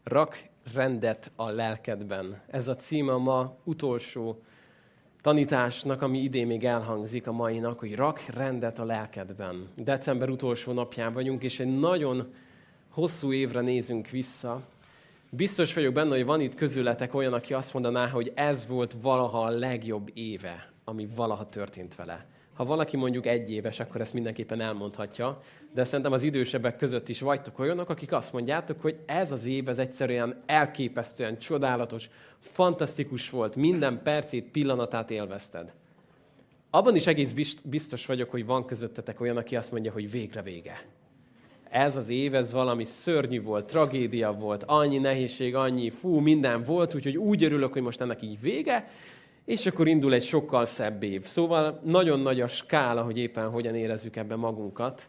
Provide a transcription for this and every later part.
Rak rendet a lelkedben. Ez a címe a ma utolsó tanításnak, ami idén még elhangzik a mainak, hogy rak rendet a lelkedben. December utolsó napján vagyunk, és egy nagyon hosszú évre nézünk vissza. Biztos vagyok benne, hogy van itt közületek olyan, aki azt mondaná, hogy ez volt valaha a legjobb éve, ami valaha történt vele. Ha valaki mondjuk 1 éves, akkor ezt mindenképpen elmondhatja, de szerintem az idősebbek között is vagytok olyanok, akik azt mondjátok, hogy ez az év, ez egyszerűen elképesztően csodálatos, fantasztikus volt, minden percét, pillanatát élvezted. Abban is egész biztos vagyok, hogy van közöttetek olyan, aki azt mondja, hogy végre vége. Ez az év, ez valami szörnyű volt, tragédia volt, annyi nehézség, annyi minden volt, úgyhogy úgy örülök, hogy most ennek így vége, és akkor indul egy sokkal szebb év. Szóval nagyon nagy a skála, hogy éppen hogyan érezzük ebben magunkat,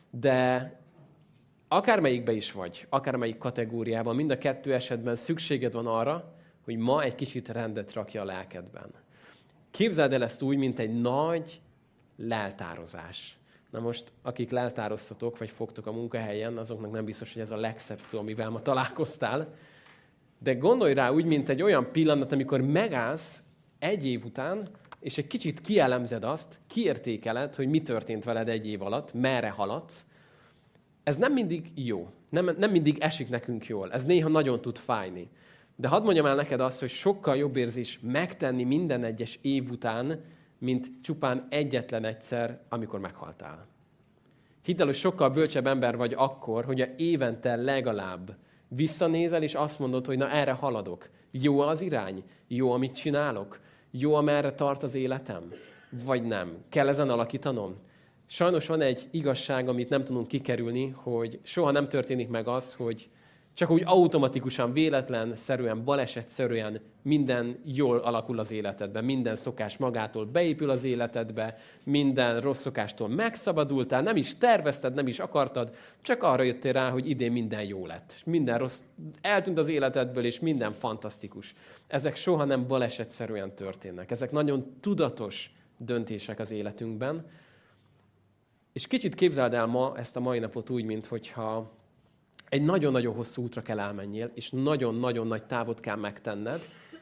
de akármelyikbe is vagy, akármelyik kategóriában, mind a 2 esetben szükséged van arra, hogy ma egy kicsit rendet rakja a lelkedben. Képzeld el ezt úgy, mint egy nagy leltározás. Na most, akik leltároztatok, vagy fogtok a munkahelyen, azoknak nem biztos, hogy ez a legszebb szó, amivel ma találkoztál, de gondolj rá úgy, mint egy olyan pillanat, amikor megállsz 1 év után, és egy kicsit kielemzed azt, kiértékeled, hogy mi történt veled 1 év alatt, merre haladsz. Ez nem mindig jó, nem mindig esik nekünk jól, ez néha nagyon tud fájni. De hadd mondjam el neked azt, hogy sokkal jobb érzés megtenni minden egyes év után, mint csupán egyetlen egyszer, amikor meghaltál. Hidd el, hogy sokkal bölcsebb ember vagy akkor, hogy a évente legalább visszanézel, és azt mondod, hogy na erre haladok. Jó az irány? Jó, amit csinálok? Jó, amerre tart az életem? Vagy nem? Kell ezen alakítanom? Sajnos van egy igazság, amit nem tudunk kikerülni, hogy soha nem történik meg az, hogy csak úgy automatikusan, véletlenszerűen, balesetszerűen minden jól alakul az életedben. Minden szokás magától beépül az életedbe, minden rossz szokástól megszabadultál, nem is tervezted, nem is akartad, csak arra jöttél rá, hogy idén minden jó lett. Minden rossz eltűnt az életedből, és minden fantasztikus. Ezek soha nem balesetszerűen történnek. Ezek nagyon tudatos döntések az életünkben. És kicsit képzeld el ma ezt a mai napot úgy, minthogyha egy nagyon-nagyon hosszú útra kell elmenjél, és nagyon-nagyon nagy távot kell megtenned,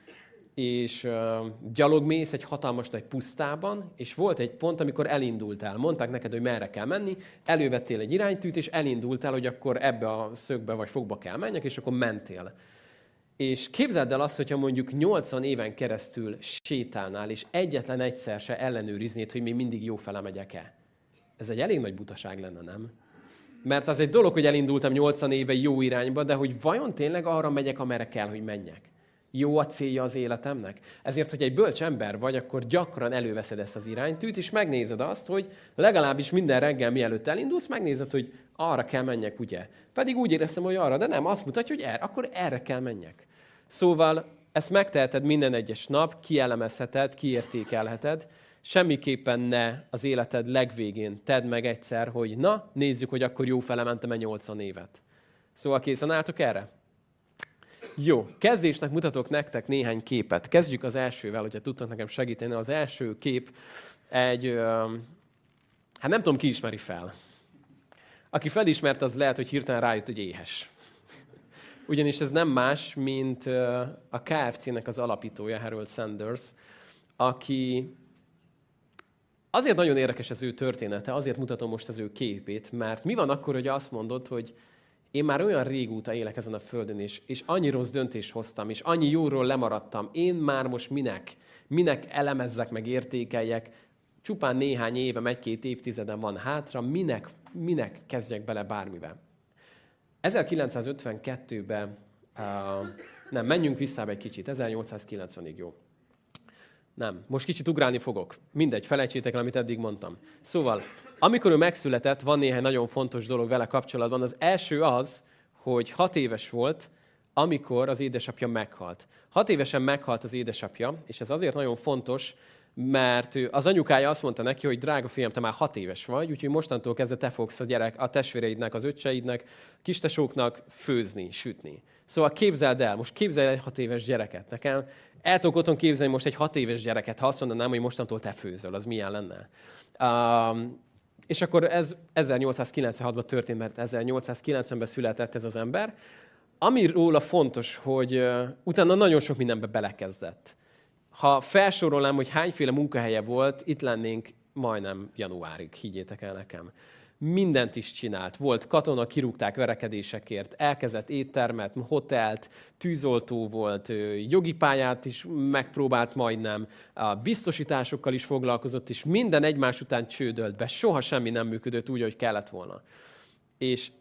és gyalog mész egy hatalmas nagy pusztában, és volt egy pont, amikor elindultál. Mondták neked, hogy merre kell menni, elővettél egy iránytűt, és elindultál, hogy akkor ebbe a szögbe vagy fogba kell menjek, és akkor mentél. És képzeld el azt, hogyha mondjuk 80 éven keresztül sétálnál, és egyetlen egyszer se ellenőriznéd, hogy még mindig jó fele megyek-e. Ez egy elég nagy butaság lenne, nem? Mert az egy dolog, hogy elindultam 80 éve jó irányba, de hogy vajon tényleg arra megyek, amerre kell, hogy menjek? Jó a célja az életemnek? Ezért, hogy egy bölcs ember vagy, akkor gyakran előveszed ezt az iránytűt, és megnézed azt, hogy legalábbis minden reggel, mielőtt elindulsz, megnézed, hogy arra kell menjek, ugye? Pedig úgy éreztem, hogy arra, de nem, azt mutatja, hogy akkor erre kell menjek. Szóval ezt megteheted minden egyes nap, kielemezheted, kiértékelheted, semmiképpen ne az életed legvégén tedd meg egyszer, hogy na, nézzük, hogy akkor jó fele mentem 80 évet. Szóval készen álltok erre? Jó, kezdésnek mutatok nektek néhány képet. Kezdjük az elsővel, hogyha tudtok nekem segíteni. Az első kép egy, hát nem tudom, ki ismeri fel. Aki felismert, az lehet, hogy hirtelen rájött, hogy éhes. Ugyanis ez nem más, mint a KFC-nek az alapítója, Harold Sanders, aki azért nagyon érdekes az ő története, azért mutatom most az ő képét, mert mi van akkor, hogy azt mondod, hogy én már olyan régóta élek ezen a földön, és annyi rossz döntést hoztam, és annyi jóról lemaradtam, én már most minek elemezzek meg, értékeljek, csupán néhány évem, 1-2 évtizedem van hátra, minek kezdjek bele bármivel. 1952-ben, nem, menjünk vissza egy kicsit, 1890-ig, jó. Nem, most kicsit ugrálni fogok. Mindegy, felejtsétek el, amit eddig mondtam. Szóval, amikor ő megszületett, van néhány nagyon fontos dolog vele kapcsolatban. Az első az, hogy 6 éves volt, amikor az édesapja meghalt. 6 évesen meghalt az édesapja, és ez azért nagyon fontos, mert az anyukája azt mondta neki, hogy drága fiam, te már 6 éves vagy, úgyhogy mostantól kezdve te fogsz a testvéreidnek, az öccseidnek, kistesóknak főzni, sütni. Szóval képzeld el, most képzelj el egy 6 éves gyereket. Nekem el tudok otthon képzelni most egy 6 éves gyereket, ha azt mondanám, hogy mostantól te főzöl, az milyen lenne. És akkor ez 1896-ban történt, mert 1890-ben született ez az ember. Ami róla fontos, hogy utána nagyon sok mindenbe belekezdett. Ha felsorolnám, hogy hányféle munkahelye volt, itt lennénk majdnem januárig, higgyétek el nekem. Mindent is csinált. Volt katona, kirúgták verekedésekért, elkezdett éttermet, hotelt, tűzoltó volt, jogi pályát is megpróbált majdnem, a biztosításokkal is foglalkozott, és minden egymás után csődölt be. Soha semmi nem működött úgy, ahogy kellett volna. És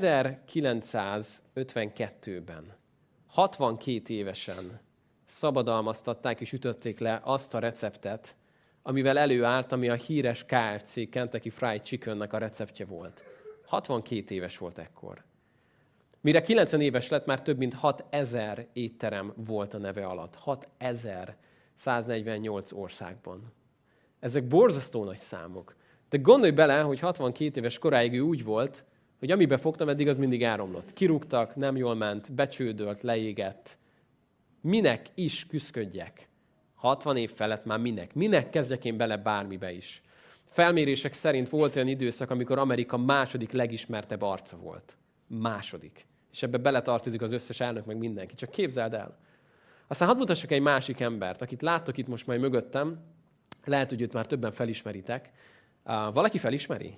1952-ben, 62 évesen szabadalmaztatták és ütötték le azt a receptet, amivel előállt, ami a híres KFC, Kentucky Fried Chickennek a receptje volt. 62 éves volt ekkor. Mire 90 éves lett, már több mint 6000 étterem volt a neve alatt. 6000, 148 országban. Ezek borzasztó nagy számok. De gondolj bele, hogy 62 éves koráig ő úgy volt, hogy amibe fogtam, eddig az mindig elromlott. Kirúgtak, nem jól ment, becsődölt, leégett. Minek is küszködjek? 60 év felett már minek? Minek kezdjek én bele bármibe is? Felmérések szerint volt olyan időszak, amikor Amerika második legismertebb arca volt. Második. És ebbe beletartozik az összes elnök, meg mindenki. Csak képzeld el. Aztán hadd mutassak egy másik embert, akit láttok itt most majd mögöttem. Lehet, hogy őt már többen felismeritek. Valaki felismeri?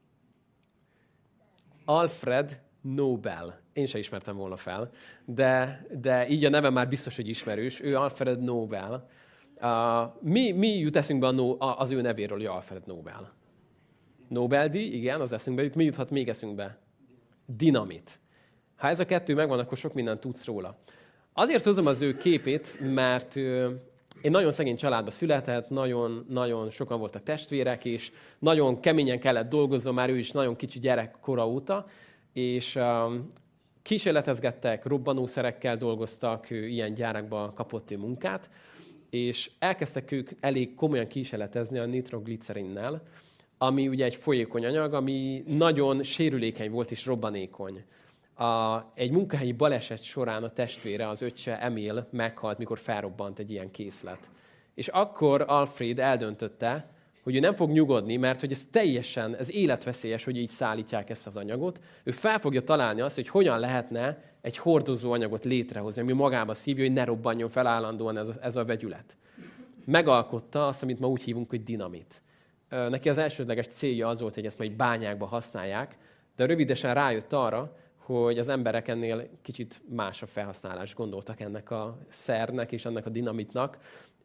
Alfred Nobel. Én se ismertem volna fel, de így a neve már biztos, hogy ismerős. Ő Alfred Nobel. Mi jut eszünkbe az ő nevéről, hogy Alfred Nobel? Nobel-díj, igen, az eszünkbe jut. Mi juthat még eszünkbe? Dinamit. Ha ez a kettő megvan, akkor sok mindent tudsz róla. Azért hozom az ő képét, mert én nagyon szegény családba született, nagyon sokan voltak testvérek, és nagyon keményen kellett dolgozni, már ő is nagyon kicsi gyerekkora óta, és kísérletezgettek, robbanószerekkel dolgoztak, ő ilyen gyárakban kapott ő munkát, és elkezdtek ők elég komolyan kísérletezni a nitroglicerinnel, ami ugye egy folyékony anyag, ami nagyon sérülékeny volt és robbanékony. Egy munkahelyi baleset során a testvére, az öccse Emil meghalt, mikor felrobbant egy ilyen készlet. És akkor Alfred eldöntötte, hogy ő nem fog nyugodni, mert hogy ez életveszélyes, hogy így szállítják ezt az anyagot. Ő fel fogja találni azt, hogy hogyan lehetne egy hordozó anyagot létrehozni, ami magába szívja, hogy ne robbanjon fel állandóan ez a vegyület. Megalkotta azt, amit ma úgy hívunk, hogy dinamit. Neki az elsődleges célja az volt, hogy ezt majd bányákba használják, de rövidesen rájött arra, hogy az emberek ennél kicsit más a felhasználást gondoltak ennek a szernek és ennek a dinamitnak,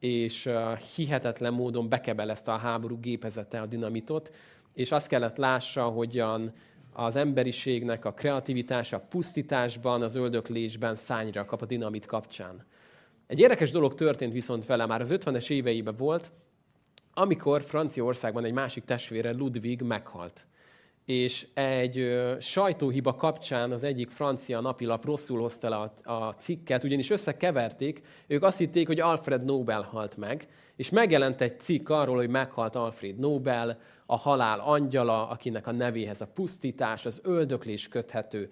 és hihetetlen módon bekebelezte a háború gépezete a dinamitot, és azt kellett lássa, hogyan az emberiségnek a kreativitása, a pusztításban, az öldöklésben szárnyra kap a dinamit kapcsán. Egy érdekes dolog történt viszont vele, már az 50-es éveiben volt, amikor Franciaországban egy másik testvére, Ludwig meghalt. És egy sajtóhiba kapcsán az egyik francia napilap rosszul hozta le a cikket, ugyanis összekeverték, ők azt hitték, hogy Alfred Nobel halt meg, és megjelent egy cikk arról, hogy meghalt Alfred Nobel, a halál angyala, akinek a nevéhez a pusztítás, az öldöklés köthető.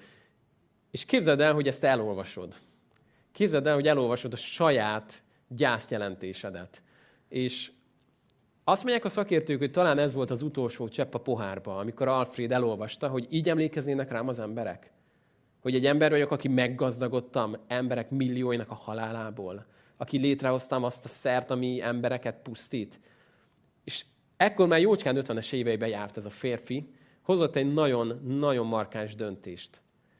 És képzeld el, hogy ezt elolvasod. Képzeld el, hogy elolvasod a saját gyászjelentésedet. És azt mondják a szakértők, hogy talán ez volt az utolsó csepp a pohárba, amikor Alfred elolvasta, hogy így emlékeznének rám az emberek. Hogy egy ember vagyok, aki meggazdagodtam emberek millióinak a halálából. Aki létrehoztam azt a szert, ami embereket pusztít. És ekkor már jócskán 50-es éveiben járt ez a férfi, hozott egy nagyon markáns döntést.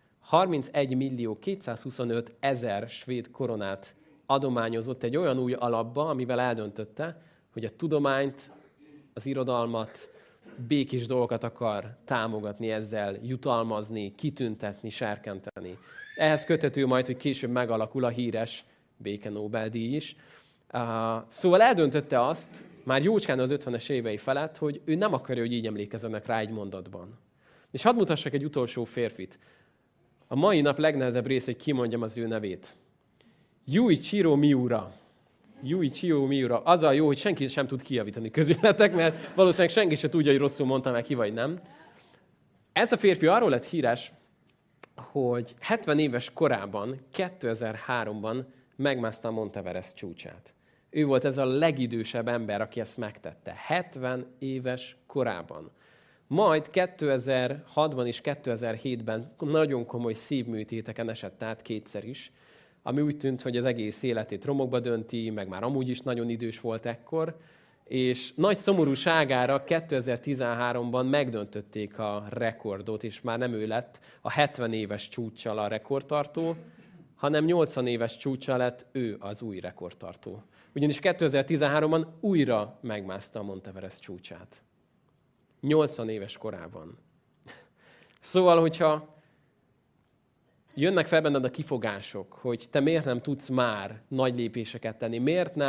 31.225.000 svéd koronát adományozott egy olyan új alapba, amivel eldöntötte, hogy a tudományt, az irodalmat, békés dolgokat akar támogatni, ezzel jutalmazni, kitüntetni, serkenteni. Ehhez köthető majd, hogy később megalakul a híres béke Nobel-díj is. Szóval eldöntötte azt, már jócskán az 50-es évei felett, hogy ő nem akarja, hogy így emlékezzenek rá egy mondatban. És hadd mutassak egy utolsó férfit. A mai nap legnehezebb része, hogy kimondjam az ő nevét. Yuichiro Miura. Yuichiro Miura. Az a jó, hogy senki sem tud kijavítani közületek, mert valószínűleg senki sem tudja, hogy rosszul mondtam el ki, vagy nem. Ez a férfi arról lett híres, hogy 70 éves korában, 2003-ban megmászta a Monteverest csúcsát. Ő volt ez a legidősebb ember, aki ezt megtette. 70 éves korában. Majd 2006-ban és 2007-ben nagyon komoly szívműtéteken esett át kétszer is, ami úgy tűnt, hogy az egész életét romokba dönti, meg már amúgy is nagyon idős volt ekkor, és nagy szomorúságára 2013-ban megdöntötték a rekordot, és már nem ő lett a 70 éves csúccsal a rekordtartó, hanem 80 éves csúccsal lett ő az új rekordtartó. Ugyanis 2013-ban újra megmászta a Monteverest csúcsát. 80 éves korában. Szóval, hogyha jönnek fel benned a kifogások, hogy te miért nem tudsz már nagy lépéseket tenni,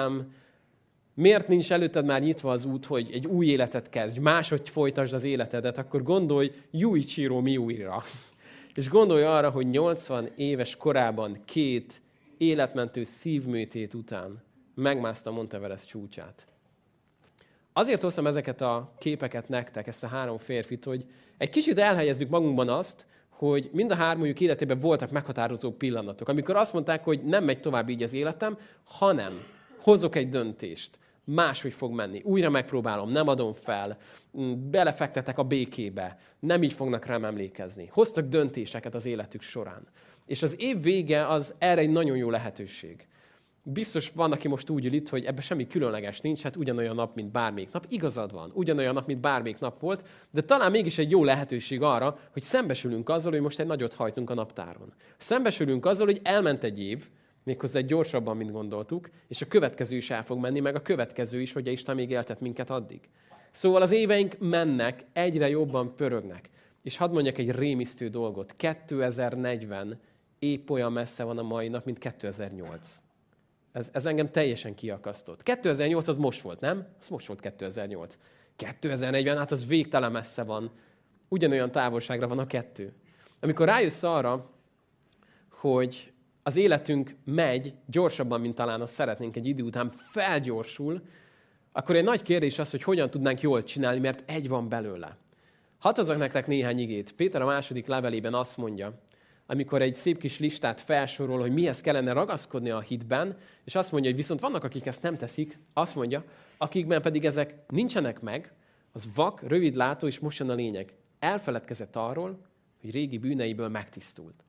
miért nincs előtted már nyitva az út, hogy egy új életet kezdj, máshogy folytasd az életedet, akkor gondolj Yuichiro Miura. És gondolj arra, hogy 80 éves korában 2 életmentő szívműtét után megmászta a Monteverest csúcsát. Azért hoztam ezeket a képeket nektek, ezt a 3 férfit, hogy egy kicsit elhelyezzük magunkban azt, hogy mind a 3-juk életében voltak meghatározó pillanatok, amikor azt mondták, hogy nem megy tovább így az életem, hanem hozok egy döntést, máshogy fog menni, újra megpróbálom, nem adom fel, belefektetek a békébe, nem így fognak rám emlékezni. Hoztak döntéseket az életük során. És az év vége az erre egy nagyon jó lehetőség. Biztos van, aki most úgy ül itt, hogy ebben semmi különleges nincs, hát ugyanolyan nap, mint bármelyik nap. Igazad van, ugyanolyan nap, mint bármelyik nap volt, de talán mégis egy jó lehetőség arra, hogy szembesülünk azzal, hogy most egy nagyot hajtunk a naptáron. Szembesülünk azzal, hogy elment egy év, méghozzá gyorsabban, mint gondoltuk, és a következő is el fog menni, meg a következő is, hogy Isten még éltet minket addig. Szóval az éveink mennek, egyre jobban pörögnek. És hadd mondjak egy rémisztő dolgot. 2040 épp olyan messze van a mai nap, mint 2008. Ez engem teljesen kiakasztott. 2008 az most volt, nem? Az most volt 2008. 2040, hát az végtelen messze van. Ugyanolyan távolságra van a 2. Amikor rájössz arra, hogy az életünk megy gyorsabban, mint talán azt szeretnénk egy idő után, felgyorsul, akkor egy nagy kérdés az, hogy hogyan tudnánk jól csinálni, mert egy van belőle. Hadd hozzak nektek néhány igét. Péter a 2. levelében azt mondja, amikor egy szép kis listát felsorol, hogy mihez kellene ragaszkodni a hitben, és azt mondja, hogy viszont vannak, akik ezt nem teszik, azt mondja, akikben pedig ezek nincsenek meg, az vak, rövidlátó, és most jön a lényeg. Elfeledkezett arról, hogy régi bűneiből megtisztult.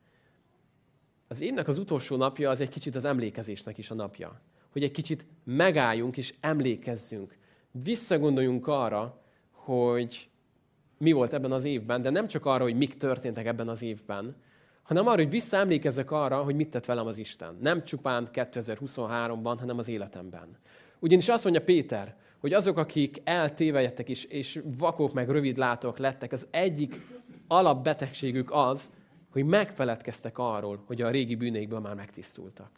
Az évnek az utolsó napja az egy kicsit az emlékezésnek is a napja. Hogy egy kicsit megálljunk és emlékezzünk. Visszagondoljunk arra, hogy mi volt ebben az évben, de nem csak arra, hogy mik történtek ebben az évben, hanem arra, hogy visszaemlékezzek arra, hogy mit tett velem az Isten. Nem csupán 2023-ban, hanem az életemben. Ugyanis azt mondja Péter, hogy azok, akik eltévejettek és vakok meg rövidlátók lettek, az egyik alapbetegségük az, hogy megfeledkeztek arról, hogy a régi bűneikből már megtisztultak.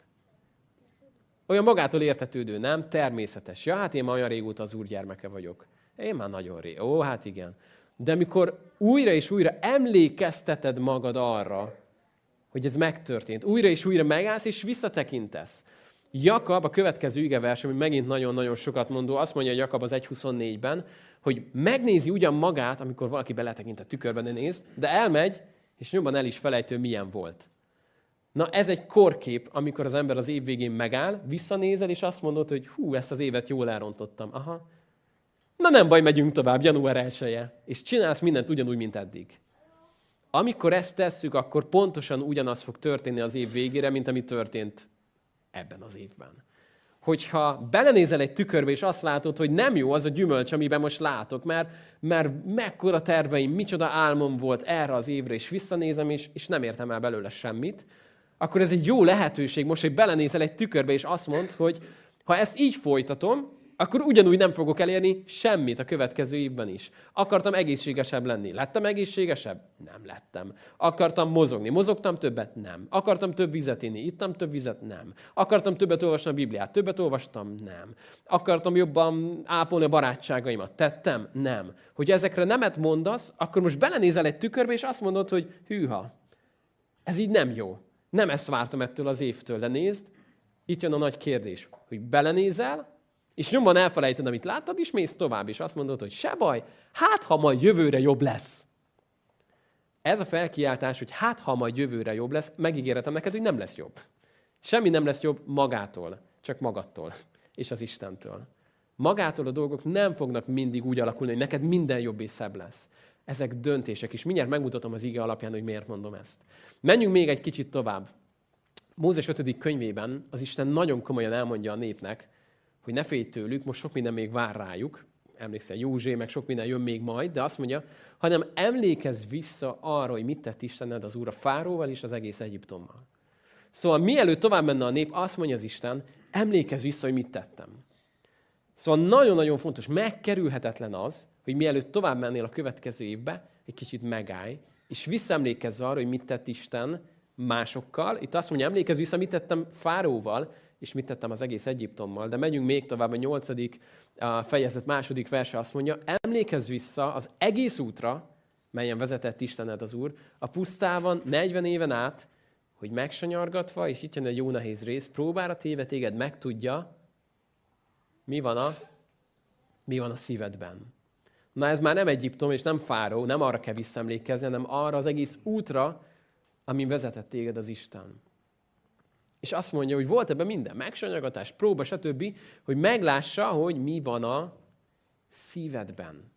Olyan magától értetődő, nem? Természetes. Ja, hát én már olyan régóta az Úr gyermeke vagyok. Én már nagyon rég. Ó, hát igen. De amikor újra és újra emlékezteted magad arra, hogy ez megtörtént, újra és újra megállsz és visszatekintesz. Jakab, a következő igevers, ami megint nagyon-nagyon sokat mondó, azt mondja Jakab az 1.24-ben, hogy megnézi ugyan magát, amikor valaki beletekint a tükörben, de nézd, de elmegy, és nyomban el is felejtő, milyen volt. Na ez egy korkép, amikor az ember az év végén megáll, visszanézel, és azt mondod, hogy hú, ezt az évet jól elrontottam. Aha. Na nem baj, megyünk tovább, január 1-e, és csinálsz mindent ugyanúgy, mint eddig. Amikor ezt tesszük, akkor pontosan ugyanaz fog történni az év végére, mint ami történt ebben az évben. Hogyha belenézel egy tükörbe, és azt látod, hogy nem jó az a gyümölcs, amiben most látok, mert mekkora terveim, micsoda álmom volt erre az évre, és visszanézem, és nem értem el belőle semmit, akkor ez egy jó lehetőség most, hogy belenézel egy tükörbe, és azt mondd, hogy ha ezt így folytatom, akkor ugyanúgy nem fogok elérni semmit a következő évben is. Akartam egészségesebb lenni. Lettem egészségesebb? Nem lettem. Akartam mozogni. Mozogtam többet? Nem. Akartam több vizet inni? Ittam több vizet? Nem. Akartam többet olvasni a Bibliát? Többet olvastam? Nem. Akartam jobban ápolni a barátságaimat? Tettem? Nem. Hogy ezekre nemet mondasz, akkor most belenézel egy tükörbe, és azt mondod, hogy hűha, ez így nem jó. Nem ezt vártam ettől az évtől. De nézd, itt jön a nagy kérdés, hogy belenézel, és nyomban elfelejted, amit láttad, és mész tovább, és azt mondod, hogy se baj, hát ha majd jövőre jobb lesz. Ez a felkiáltás, hogy hát ha majd jövőre jobb lesz, megígérhetem neked, hogy nem lesz jobb. Semmi nem lesz jobb magától, csak magadtól és az Istentől. Magától a dolgok nem fognak mindig úgy alakulni, hogy neked minden jobb és szebb lesz. Ezek döntések, és mindjárt megmutatom az ige alapján, hogy miért mondom ezt. Menjünk még egy kicsit tovább. Mózes 5. könyvében az Isten nagyon komolyan elmondja a népnek, hogy ne félj tőlük, most sok minden még vár rájuk. Emlékszel, József, meg sok minden jön még majd, de azt mondja, hanem emlékezz vissza arra, hogy mit tett Istened az Úr a Fáróval és az egész Egyiptommal. Szóval mielőtt tovább menne a nép, azt mondja az Isten, emlékezz vissza, hogy mit tettem. Szóval nagyon-nagyon fontos, megkerülhetetlen az, hogy mielőtt tovább mennél a következő évbe, egy kicsit megállj, és visszaemlékezz arra, hogy mit tett Isten másokkal. Itt azt mondja, emlékezz vissza, mit tettem Fáróval, és mit tettem az egész Egyiptommal. De megyünk még tovább, a 8. fejezet 2. verse azt mondja, emlékezz vissza az egész útra, melyen vezetett Istened az Úr, a pusztában 40 éven át, hogy megsanyargatva, és itt jön egy jó nehéz rész, próbára téve téged megtudja, mi van a szívedben. Na ez már nem Egyiptom, és nem Fáró, nem arra kell visszaemlékezni, hanem arra az egész útra, amin vezetett téged az Isten. És azt mondja, hogy volt ebben minden, megsanyargatás, próba, stb., hogy meglássa, hogy mi van a szívedben.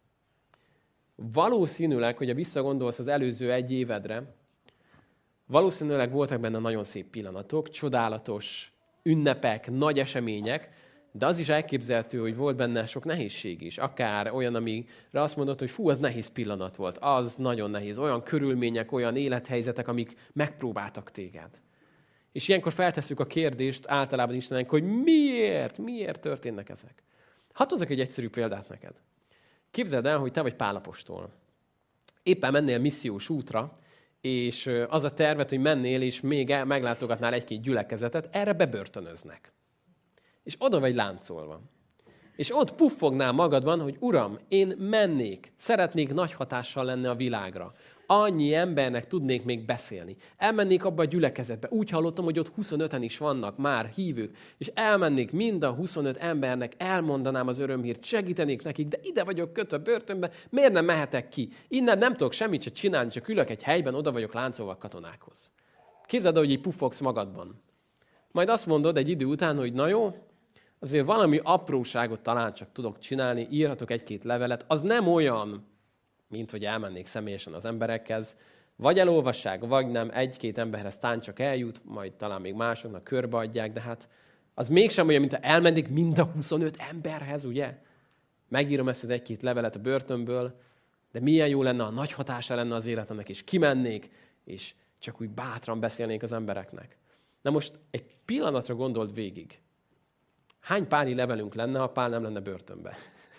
Valószínűleg, hogyha visszagondolsz az előző egy évedre, valószínűleg voltak benne nagyon szép pillanatok, csodálatos ünnepek, nagy események, de az is elképzelhető, hogy volt benne sok nehézség is. Akár olyan, amire azt mondod, hogy fú, az nehéz pillanat volt, az nagyon nehéz. Olyan körülmények, olyan élethelyzetek, amik megpróbáltak téged. És ilyenkor feltesszük a kérdést általában Istennek, hogy miért történnek ezek. Hadd hozzak egy egyszerű példát neked. Képzeld el, hogy te vagy Pál apostol. Éppen mennél missziós útra, és az a tervet, hogy mennél, és még meglátogatnál egy-két gyülekezetet, erre bebörtönöznek. És oda vagy láncolva. És ott puffognál magadban, hogy Uram, én mennék, szeretnék nagy hatással lenni a világra. Annyi embernek tudnék még beszélni. Elmennék abba a gyülekezetbe. Úgy hallottam, hogy ott 25-en is vannak már hívők, és elmennék mind a 25 embernek, elmondanám az örömhírt, segítenék nekik, de ide vagyok kötve börtönbe, miért nem mehetek ki? Innen nem tudok semmit se csinálni, csak ülök egy helyben, oda vagyok láncolva a katonákhoz. Képzeld, hogy így puffogsz magadban. Majd azt mondod egy idő után, hogy na jó, azért valami apróságot talán csak tudok csinálni, írhatok egy-két levelet, az nem olyan, mint hogy elmennék személyesen az emberekhez, vagy elolvassák, vagy nem, egy-két emberhez tán csak eljut, majd talán még másoknak körbeadják, de hát az mégsem olyan, mint ha elmennék mind a 25 emberhez, ugye? Megírom ezt az egy-két levelet a börtönből, de milyen jó lenne, ha nagy hatása lenne az életemnek, és kimennék, és csak úgy bátran beszélnék az embereknek. Na most egy pillanatra gondold végig. Hány páli levelünk lenne, ha Pál nem lenne börtönbe?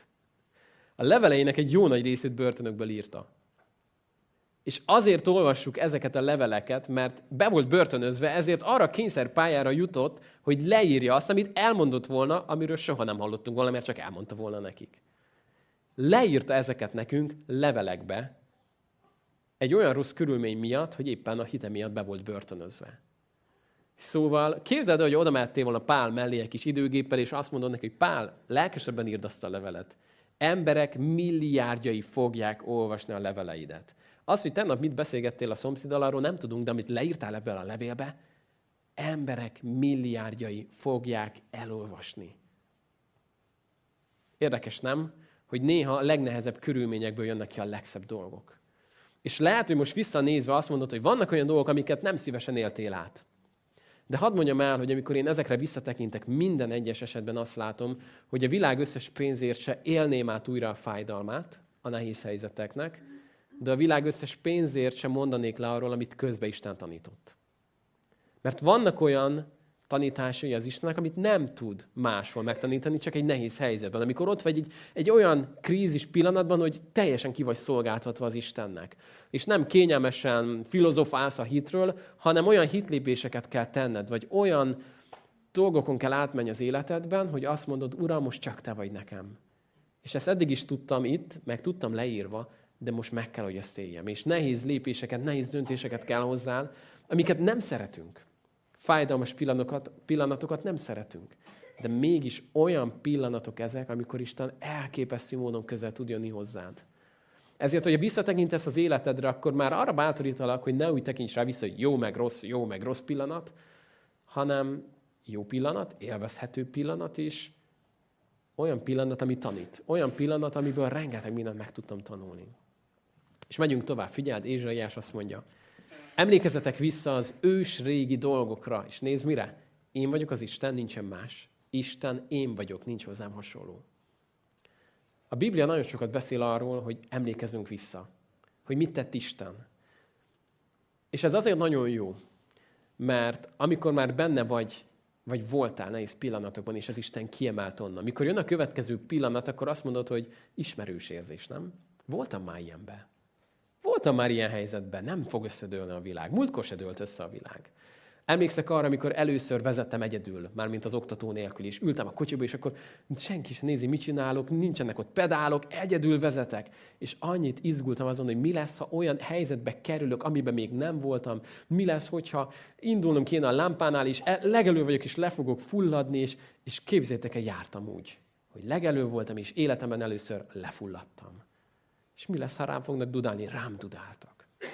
A leveleinek egy jó nagy részét börtönökből írta. És azért olvassuk ezeket a leveleket, mert be volt börtönözve, ezért arra kényszerpályára jutott, hogy leírja azt, amit elmondott volna, amiről soha nem hallottunk volna, mert csak elmondta volna nekik. Leírta ezeket nekünk levelekbe egy olyan rossz körülmény miatt, hogy éppen a hite miatt be volt börtönözve. Szóval képzeld el, hogy oda mehettél volna Pál mellé egy kis időgéppel, és azt mondod neki, hogy Pál, lelkesebben írd azt a levelet. Emberek milliárdjai fogják olvasni a leveleidet. Az, hogy tegnap mit beszélgettél a szomszéddal, arról nem tudunk, de amit leírtál ebből a levélbe, emberek milliárdjai fogják elolvasni. Érdekes, nem? Hogy néha a legnehezebb körülményekből jönnek ki a legszebb dolgok. És lehet, hogy most visszanézve azt mondod, hogy vannak olyan dolgok, amiket nem szívesen éltél át. De hadd mondjam el, hogy amikor én ezekre visszatekintek, minden egyes esetben azt látom, hogy a világ összes pénzért se élném át újra a fájdalmát a nehéz helyzeteknek, de a világ összes pénzért sem mondanék le arról, amit közben Isten tanított. Mert vannak olyan tanításai az Istennek, amit nem tud máshol megtanítani, csak egy nehéz helyzetben. Amikor ott vagy egy olyan krízis pillanatban, hogy teljesen ki vagy szolgáltatva az Istennek. És nem kényelmesen filozofálsz a hitről, hanem olyan hitlépéseket kell tenned, vagy olyan dolgokon kell átmenni az életedben, hogy azt mondod, Uram, most csak te vagy nekem. És ezt eddig is tudtam itt, meg tudtam leírva, de most meg kell, hogy ezt éljem. És nehéz lépéseket, nehéz döntéseket kell hozzá, amiket nem szeretünk. Fájdalmas pillanatokat nem szeretünk. De mégis olyan pillanatok ezek, amikor Isten elképesztő módon közel tud jönni hozzád. Ezért, hogyha visszatekintesz az életedre, akkor már arra bátorítalak, hogy ne úgy tekints rá vissza, hogy jó meg rossz pillanat, hanem jó pillanat, élvezhető pillanat is, Olyan pillanat, ami tanít. Olyan pillanat, amiből rengeteg mindent meg tudtam tanulni. És megyünk tovább. Figyeld, Ézsaiás azt mondja, emlékezzetek vissza az ős régi dolgokra, és nézd mire? Én vagyok az Isten, nincsen más. Isten, én vagyok, nincs hozzám hasonló. A Biblia nagyon sokat beszél arról, hogy emlékezzünk vissza. Hogy mit tett Isten. És ez azért nagyon jó, mert amikor már benne vagy voltál nehéz pillanatokban, és az Isten kiemelt onnan. Mikor jön a következő pillanat, akkor azt mondod, hogy ismerős érzés, nem? Voltam már ilyenben. Voltam már ilyen helyzetben, nem fog összedőlni a világ. Múltkor se dőlt össze a világ. Emlékszek arra, amikor először vezettem egyedül, mármint az oktató nélkül is. Ültem a kocsiba, és akkor senki sem nézi, mit csinálok, nincsenek ott pedálok, egyedül vezetek. És annyit izgultam azon, hogy mi lesz, ha olyan helyzetbe kerülök, amiben még nem voltam. Mi lesz, hogyha indulnom kéne a lámpánál, és legelő vagyok, és le fogok fulladni, és képzeljétek el, jártam úgy, hogy legelő voltam, és életemben először lefulladtam. És mi lesz, ha rám fognak dudálni? Rám dudáltak.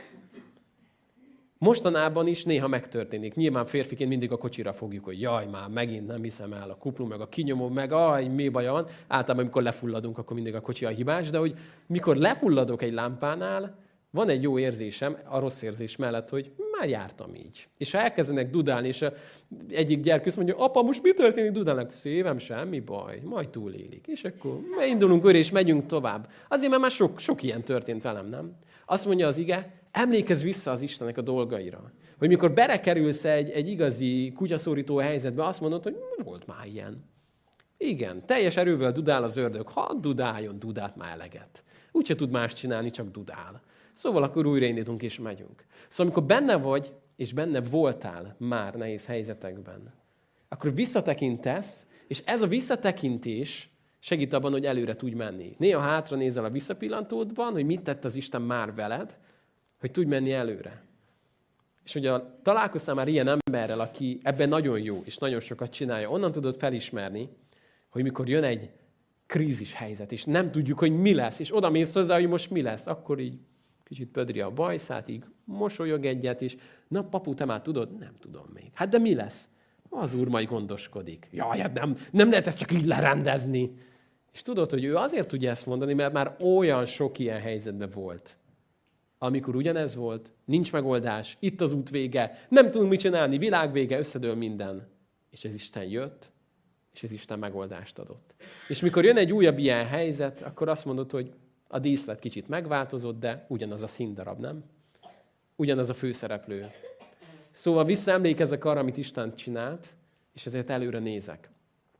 Mostanában is néha megtörténik. Nyilván férfiként mindig a kocsira fogjuk, hogy jaj, már megint nem hiszem el, a kuplung, meg a kinyomó, meg mi baja van. Általában, amikor lefulladunk, akkor mindig a kocsi a hibás, de hogy mikor lefulladok egy lámpánál, van egy jó érzésem, a rossz érzés mellett, hogy már jártam így. És ha elkezdenek dudálni, és egyik gyerkőc mondja, apa, most mi történik? Dudálnak, szívem, semmi baj, majd túlélik. És akkor indulunk őre, és megyünk tovább. Azért, mert már sok ilyen történt velem, nem? Azt mondja az ige, emlékezz vissza az Istennek a dolgaira. Hogy mikor belekerülsz egy igazi kutyaszórító helyzetbe, azt mondod, hogy volt már ilyen. Igen, teljes erővel dudál az ördög. Hadd dudáljon, dudált már eleget. Úgyse tud más csinálni, csak dudál. Szóval akkor újraindítunk és megyünk. Szóval amikor benne vagy, és benne voltál már nehéz helyzetekben, akkor visszatekintesz, és ez a visszatekintés segít abban, hogy előre tudj menni. Néha hátra nézel a visszapillantódban, hogy mit tett az Isten már veled, hogy tudj menni előre. És ugye találkoztál már ilyen emberrel, aki ebben nagyon jó, és nagyon sokat csinálja, onnan tudod felismerni, hogy mikor jön egy krízis helyzet, és nem tudjuk, hogy mi lesz, és oda mész hozzá, hogy most mi lesz, akkor így kicsit pödri a bajszát, így mosolyog egyet, és na, papu, te már tudod? Nem tudom még. Hát de mi lesz? Az Úr majd gondoskodik. Jaj, hát nem lehet ezt csak így lerendezni. És tudod, hogy ő azért tudja ezt mondani, mert már olyan sok ilyen helyzetben volt. Amikor ugyanez volt, nincs megoldás, itt az út vége, nem tudunk mit csinálni, világ vége, összedől minden. És ez Isten jött, és ez Isten megoldást adott. És mikor jön egy újabb ilyen helyzet, akkor azt mondod, hogy a díszlet kicsit megváltozott, de ugyanaz a színdarab, nem? Ugyanaz a főszereplő. Szóval visszaemlékezek arra, amit Isten csinált, és ezért előre nézek.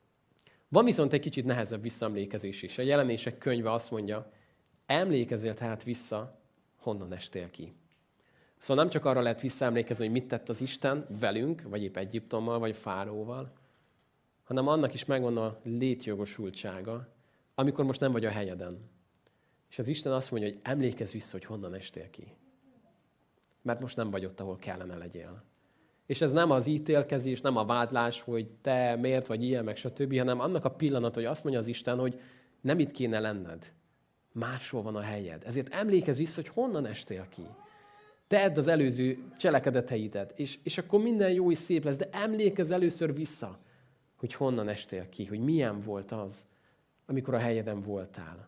Van viszont egy kicsit nehezebb visszaemlékezés is. A Jelenések könyve azt mondja, emlékezzél tehát vissza, honnan estél ki. Szóval nem csak arra lehet visszaemlékezni, hogy mit tett az Isten velünk, vagy épp Egyiptommal, vagy Fáraóval, hanem annak is megvan a létjogosultsága, amikor most nem vagy a helyeden. És az Isten azt mondja, hogy emlékezz vissza, hogy honnan estél ki. Mert most nem vagy ott, ahol kellene legyél. És ez nem az ítélkezés, nem a vádlás, hogy te miért vagy ilyen, meg stb., hanem annak a pillanat, hogy azt mondja az Isten, hogy nem itt kéne lenned. Máshol van a helyed. Ezért emlékezz vissza, hogy honnan estél ki. Tedd az előző cselekedeteidet, és akkor minden jó és szép lesz, de emlékezz először vissza, hogy honnan estél ki, hogy milyen volt az, amikor a helyeden voltál.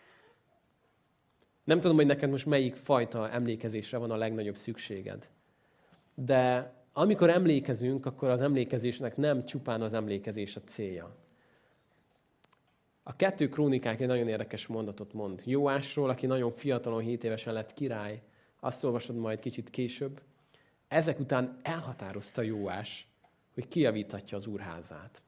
Nem tudom, hogy neked most melyik fajta emlékezésre van a legnagyobb szükséged. De amikor emlékezünk, akkor az emlékezésnek nem csupán az emlékezés a célja. A 2 Krónikák egy nagyon érdekes mondatot mond. Jóásról, aki nagyon fiatalon, 7 évesen lett király, azt olvasod majd kicsit később. Ezek után elhatározta Jóás, hogy kijavítatja az úrházát.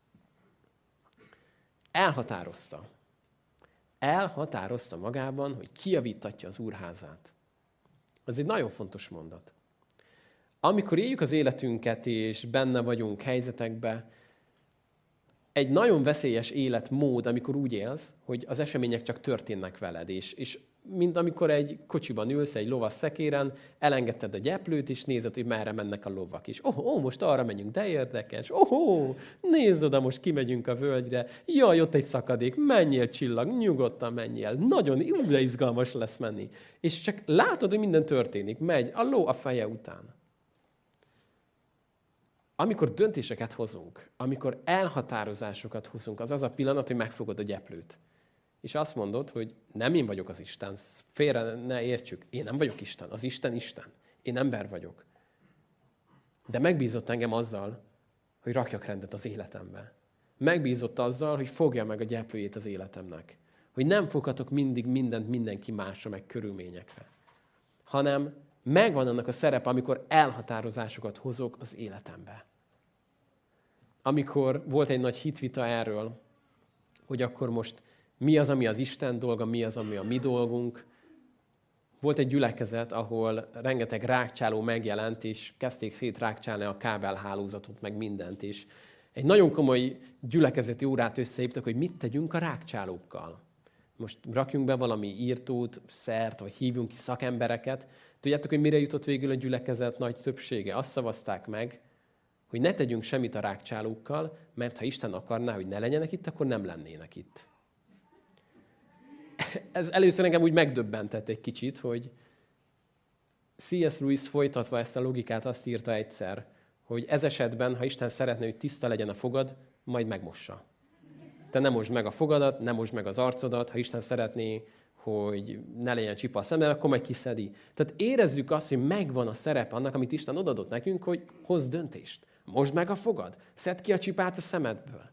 Elhatározta. Elhatározta magában, hogy kijavítatja az úrházát. Ez egy nagyon fontos mondat. Amikor éljük az életünket, és benne vagyunk helyzetekben, egy nagyon veszélyes életmód, amikor úgy élsz, hogy az események csak történnek veled, és mint amikor egy kocsiban ülsz, egy lovas szekéren, elengedted a gyeplőt, és nézed, hogy merre mennek a lovak is. Most arra megyünk, de érdekes. Nézd oda, most kimegyünk a völgyre. Jaj, ott egy szakadék, menjél csillag, nyugodtan menjél. Nagyon izgalmas lesz menni. És csak látod, hogy minden történik. Megy a ló a feje után. amikor döntéseket hozunk, amikor elhatározásokat hozunk, az az a pillanat, hogy megfogod a gyeplőt. És azt mondod, hogy nem én vagyok az Isten, félre ne értsük, én nem vagyok Isten, az Isten Isten, én ember vagyok. De megbízott engem azzal, hogy rakjak rendet az életembe. Megbízott azzal, hogy fogja meg a gyeplőjét az életemnek. Hogy nem foghatok mindig mindent mindenki másra, meg körülményekre. Hanem megvan annak a szerepe, amikor elhatározásokat hozok az életembe. Amikor volt egy nagy hitvita erről, hogy akkor most mi az, ami az Isten dolga, mi az, ami a mi dolgunk. Volt egy gyülekezet, ahol rengeteg rákcsáló megjelent, és kezdték szétrákcsálni a kábelhálózatot, meg mindent is. Egy nagyon komoly gyülekezeti órát összehívtak, hogy mit tegyünk a rákcsálókkal. Most rakjunk be valami írtót, szert, vagy hívjunk ki szakembereket. Tudjátok, hogy mire jutott végül a gyülekezet nagy többsége? Azt szavazták meg, hogy ne tegyünk semmit a rákcsálókkal, mert ha Isten akarná, hogy ne legyenek itt, akkor nem lennének itt. Ez először engem úgy megdöbbentett egy kicsit, hogy C.S. Lewis folytatva ezt a logikát azt írta egyszer, hogy ez esetben, ha Isten szeretne, hogy tiszta legyen a fogad, majd megmossa. Te ne mosd meg a fogadat, ne mosd meg az arcodat, ha Isten szeretné, hogy ne legyen csipa a szemed, akkor majd kiszedi. Tehát érezzük azt, hogy megvan a szerep annak, amit Isten odadott nekünk, hogy hozz döntést. Mosd meg a fogad, szedd ki a csipát a szemedből.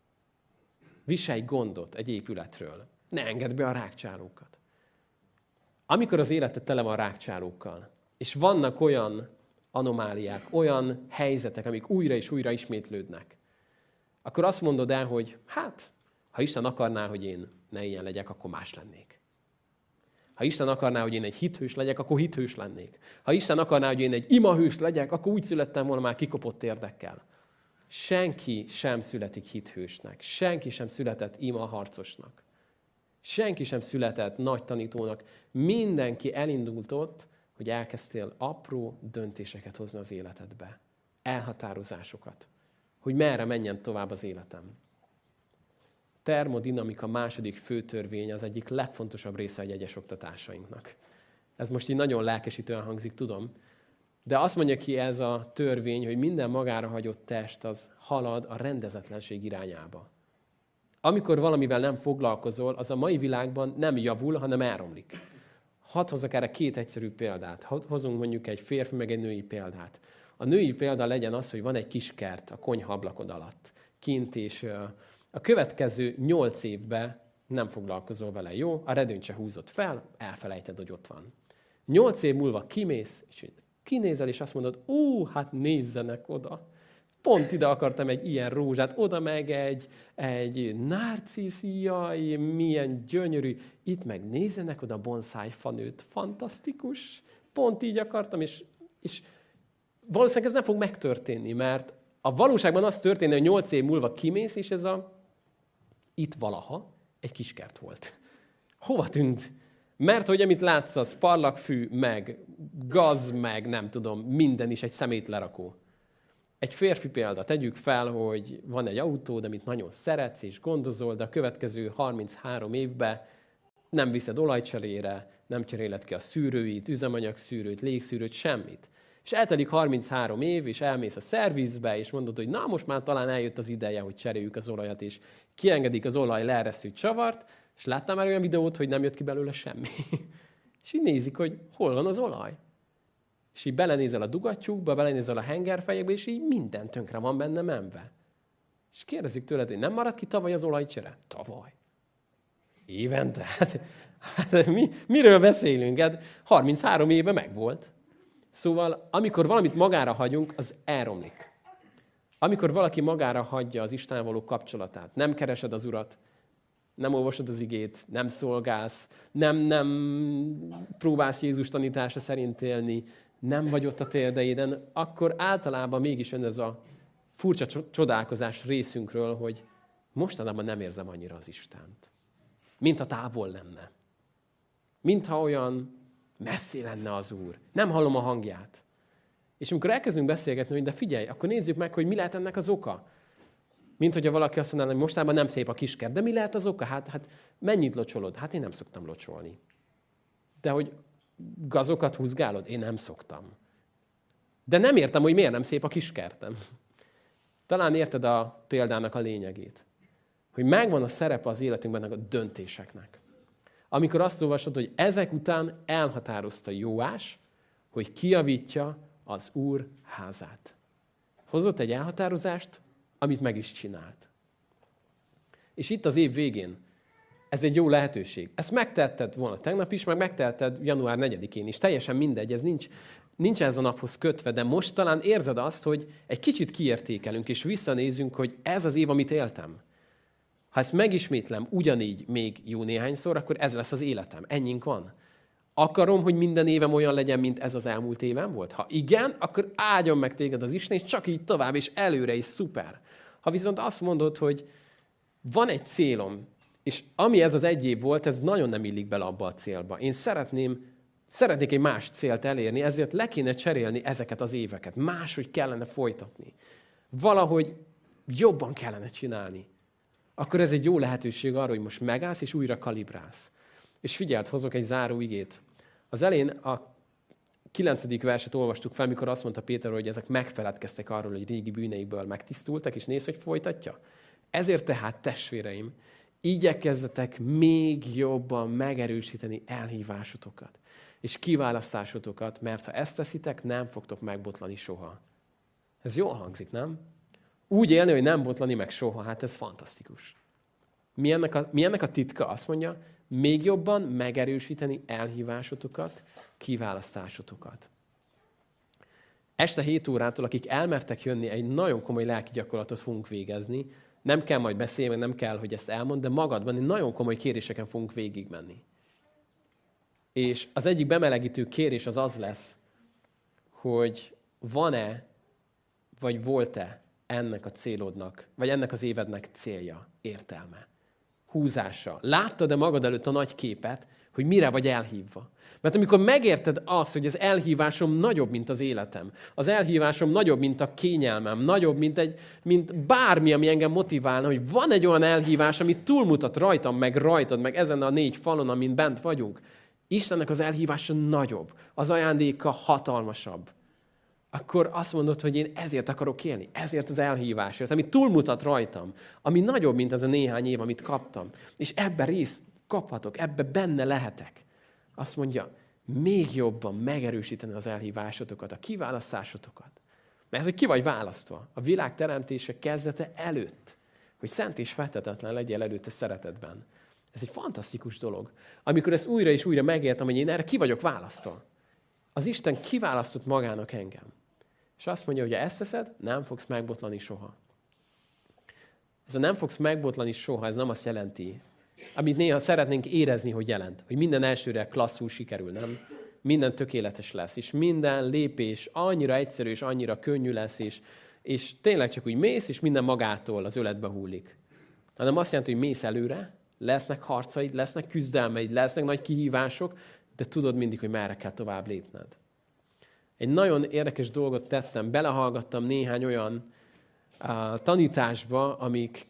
Viselj gondot egy épületről. Ne engedd be a rákcsálókat. Amikor az életed tele van rákcsálókkal, és vannak olyan anomáliák, olyan helyzetek, amik újra és újra ismétlődnek, akkor azt mondod el, hogy hát, ha Isten akarná, hogy én ne ilyen legyek, akkor más lennék. Ha Isten akarná, hogy én egy hithős legyek, akkor hithős lennék. Ha Isten akarná, hogy én egy imahős legyek, akkor úgy születtem volna már kikopott érdekkel. Senki sem születik hithősnek. Senki sem született imaharcosnak. Senki sem született nagy tanítónak. Mindenki elindult ott, hogy elkezdtél apró döntéseket hozni az életedbe. Elhatározásokat. Hogy merre menjen tovább az életem. Termodinamika második főtörvény az egyik legfontosabb része a jegyes oktatásainknak. Ez most így nagyon lelkesítően hangzik, tudom. De azt mondja ki ez a törvény, hogy minden magára hagyott test az halad a rendezetlenség irányába. Amikor valamivel nem foglalkozol, az a mai világban nem javul, hanem elromlik. Hadd hozzak erre két egyszerű példát. Hozunk mondjuk egy férfi, meg egy női példát. A női példa legyen az, hogy van egy kis kert a konyha ablakod alatt, kint, és a következő 8 évben nem foglalkozol vele, jó? A redőnyt se húzod fel, elfelejted, hogy ott van. 8 év múlva kimész, és kinézel, és azt mondod, hát nézzenek oda. Pont ide akartam egy ilyen rózsát, oda meg egy narcisz, jaj, milyen gyönyörű. Itt meg nézzenek oda bonsai fanőt, fantasztikus. Pont így akartam, és valószínűleg ez nem fog megtörténni, mert a valóságban az történik, hogy 8 év múlva kimész, és ez itt valaha egy kiskert volt. Hova tűnt? Mert hogy amit látsz, az parlagfű, meg gaz, meg nem tudom, minden is egy szemétlerakó. Egy férfi példa, tegyük fel, hogy van egy autód, amit nagyon szeretsz és gondozol, de a következő 33 évben nem viszed olajcserére, nem cseréled ki a szűrőit, üzemanyagszűrőt, légszűrőt, semmit. És eltelik 33 év, és elmész a szervizbe, és mondod, hogy na, most már talán eljött az ideje, hogy cseréljük az olajat, és kiengedik az olaj leeresztő csavart, és láttál már olyan videót, hogy nem jött ki belőle semmi. És így nézik, hogy hol van az olaj. És így belenézel a dugattyúkba, belenézel a hengerfejekbe, és így minden tönkre van benne menve. És kérdezik tőled, hogy nem maradt ki tavaly az olajcsere? Tavaly. Évente? Hát miről beszélünk? Hát 33 éve megvolt. Szóval, amikor valamit magára hagyunk, az elromlik. Amikor valaki magára hagyja az Istennel való kapcsolatát, nem keresed az Urat, nem olvasod az igét, nem szolgálsz, nem próbálsz Jézus tanítása szerint élni, nem vagy ott a térdeiden, akkor általában mégis jön ez a furcsa csodálkozás részünkről, hogy mostanában nem érzem annyira az Istent. Mintha távol lenne. Mintha olyan messzi lenne az Úr. Nem hallom a hangját. És amikor elkezdünk beszélgetni, hogy de figyelj, akkor nézzük meg, hogy mi lehet ennek az oka. Mint hogyha valaki azt mondaná, hogy mostában nem szép a kiskert. De mi lehet az oka? Hát mennyit locsolod? Hát én nem szoktam locsolni. De hogy gazokat húzgálod? Én nem szoktam. De nem értem, hogy miért nem szép a kiskertem. Talán érted a példának a lényegét. Hogy megvan a szerepe az életünkben a döntéseknek. Amikor azt olvasod, hogy ezek után elhatározta Jóás, hogy kijavítja az Úr házát. Hozott egy elhatározást, amit meg is csinált. És itt az év végén ez egy jó lehetőség. Ezt megtetted volna tegnap is, meg megteheted január 4-én is. Teljesen mindegy, ez nincs ez a naphoz kötve, de most talán érzed azt, hogy egy kicsit kiértékelünk, és visszanézünk, hogy ez az év, amit éltem. Ha ezt megismétlem ugyanígy még jó néhányszor, akkor ez lesz az életem. Ennyink van. Akarom, hogy minden évem olyan legyen, mint ez az elmúlt évem volt? Ha igen, akkor áldjon meg téged az Isten, és csak így tovább, és előre is szuper. Ha viszont azt mondod, hogy van egy célom, és ami ez az egy év volt, ez nagyon nem illik bele abba a célba. Én szeretnék egy más célt elérni, ezért le kéne cserélni ezeket az éveket. Máshogy kellene folytatni. Valahogy jobban kellene csinálni. Akkor ez egy jó lehetőség arra, hogy most megállsz, és újra kalibrálsz. És figyeld, hozok egy záró igét. Az elején a 9. verset olvastuk fel, mikor azt mondta Péter, hogy ezek megfeledkeztek arról, hogy régi bűneikből megtisztultak, és nézd, hogy folytatja. Ezért tehát, testvéreim, igyekezzetek még jobban megerősíteni elhívásotokat és kiválasztásotokat, mert ha ezt teszitek, nem fogtok megbotlani soha. Ez jól hangzik, nem? Úgy élni, hogy nem botlani meg soha, hát ez fantasztikus. Mi ennek a titka? Azt mondja, még jobban megerősíteni elhívásotokat, kiválasztásotokat. Este 7 órától, akik elmertek jönni, egy nagyon komoly lelki gyakorlatot fogunk végezni. Nem kell majd beszélni, nem kell, hogy ezt elmond, de magadban egy nagyon komoly kéréseken fogunk végigmenni. És az egyik bemelegítő kérés az lesz, hogy van-e, vagy volt-e ennek a célodnak, vagy ennek az évednek célja, értelme, húzása. Láttad-e magad előtt a nagy képet, hogy mire vagy elhívva? Mert amikor megérted azt, hogy az elhívásom nagyobb, mint az életem, az elhívásom nagyobb, mint a kényelmem, nagyobb, mint bármi, ami engem motiválna, hogy van egy olyan elhívás, ami túlmutat rajtam, meg rajtad, meg ezen a 4 falon, amin bent vagyunk. Istennek az elhívása nagyobb, az ajándéka hatalmasabb. Akkor azt mondod, hogy én ezért akarok élni, ezért az elhívásért, ami túlmutat rajtam, ami nagyobb, mint az a néhány év, amit kaptam. És ebben részt kaphatok, ebbe benne lehetek. Azt mondja, még jobban megerősíteni az elhívásotokat, a kiválasztásotokat. Mert hogy ki vagy választva a világ teremtése kezdete előtt, hogy szent és fedhetetlen legyél előtte szeretetben. Ez egy fantasztikus dolog. Amikor ezt újra és újra megértem, hogy én erre ki vagyok választva. Az Isten kiválasztott magának engem. És azt mondja, hogy ha ezt teszed, nem fogsz megbotlani soha. Ez a nem fogsz megbotlani soha, ez nem azt jelenti, amit néha szeretnénk érezni, hogy jelent. Hogy minden elsőre klasszul sikerül, nem? Minden tökéletes lesz, és minden lépés annyira egyszerű, és annyira könnyű lesz, és tényleg csak úgy mész, és minden magától az öletbe hullik. Hanem azt jelenti, hogy mész előre, lesznek harcaid, lesznek küzdelmeid, lesznek nagy kihívások, de tudod mindig, hogy merre kell tovább lépned. Egy nagyon érdekes dolgot tettem, belehallgattam néhány olyan tanításba, amik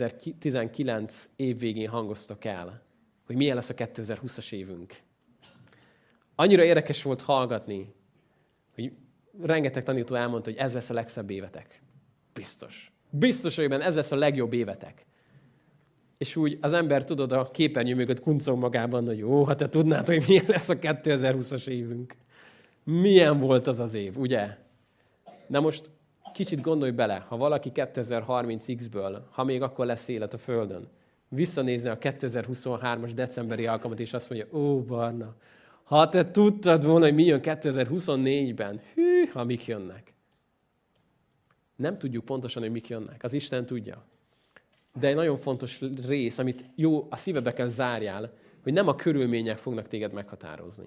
2019 év végén hangoztak el, hogy milyen lesz a 2020-as évünk. Annyira érdekes volt hallgatni, hogy rengeteg tanító elmondta, hogy ez lesz a legszebb évetek. Biztos. Biztos, hogy ez lesz a legjobb évetek. És úgy az ember, tudod, a képernyő mögött kuncog magában, hogy jó, ha te tudnád, hogy milyen lesz a 2020-as évünk. Milyen volt az az év, ugye? De most kicsit gondolj bele, ha valaki 2030X-ből, ha még akkor lesz élet a Földön, visszanézne a 2023-as decemberi alkalmat, és azt mondja, ó, Barna, ha te tudtad volna, hogy mi jön 2024-ben, hű, ha mik jönnek. Nem tudjuk pontosan, hogy mik jönnek. Az Isten tudja. De egy nagyon fontos rész, amit jó a szívedbe kell zárjál, hogy nem a körülmények fognak téged meghatározni.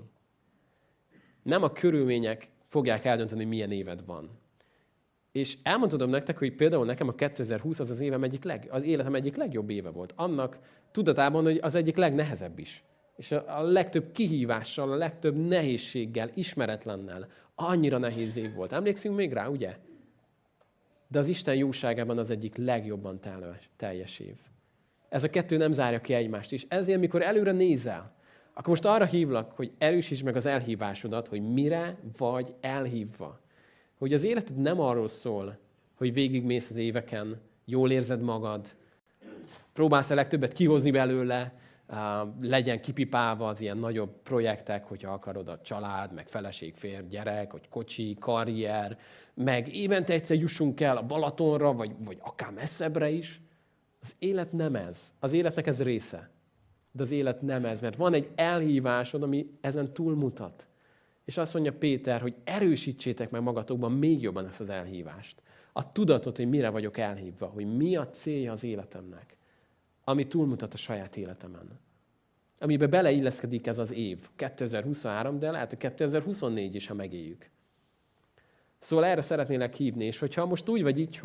Nem a körülmények fogják eldönteni, hogy milyen éved van. És elmondhatom nektek, hogy például nekem a 2020 az az életem egyik legjobb éve volt. Annak tudatában, hogy az egyik legnehezebb is. És a legtöbb kihívással, a legtöbb nehézséggel, ismeretlennel annyira nehéz év volt. Emlékszünk még rá, ugye? De az Isten jóságában az egyik legjobban teljes év. Ez a kettő nem zárja ki egymást. És ezért, mikor előre nézel, akkor most arra hívlak, hogy erősítsd meg az elhívásodat, hogy mire vagy elhívva. Hogy az életed nem arról szól, hogy végigmész az éveken, jól érzed magad, próbálsz a legtöbbet kihozni belőle, legyen kipipálva az ilyen nagyobb projektek, hogyha akarod a család, meg feleség, férj, gyerek, vagy kocsi, karrier, meg évente egyszer jussunk el a Balatonra, vagy akár messzebbre is. Az élet nem ez. Az életnek ez része. De az élet nem ez, mert van egy elhívásod, ami ezen túlmutat. És azt mondja Péter, hogy erősítsétek meg magatokban még jobban ezt az elhívást. A tudatot, hogy mire vagyok elhívva, hogy mi a célja az életemnek, ami túlmutat a saját életemen. Amiben beleilleszkedik ez az év, 2023, de lehet, hogy 2024 is, ha megéljük. Szóval erre szeretnélek hívni, és hogyha most úgy vagy így,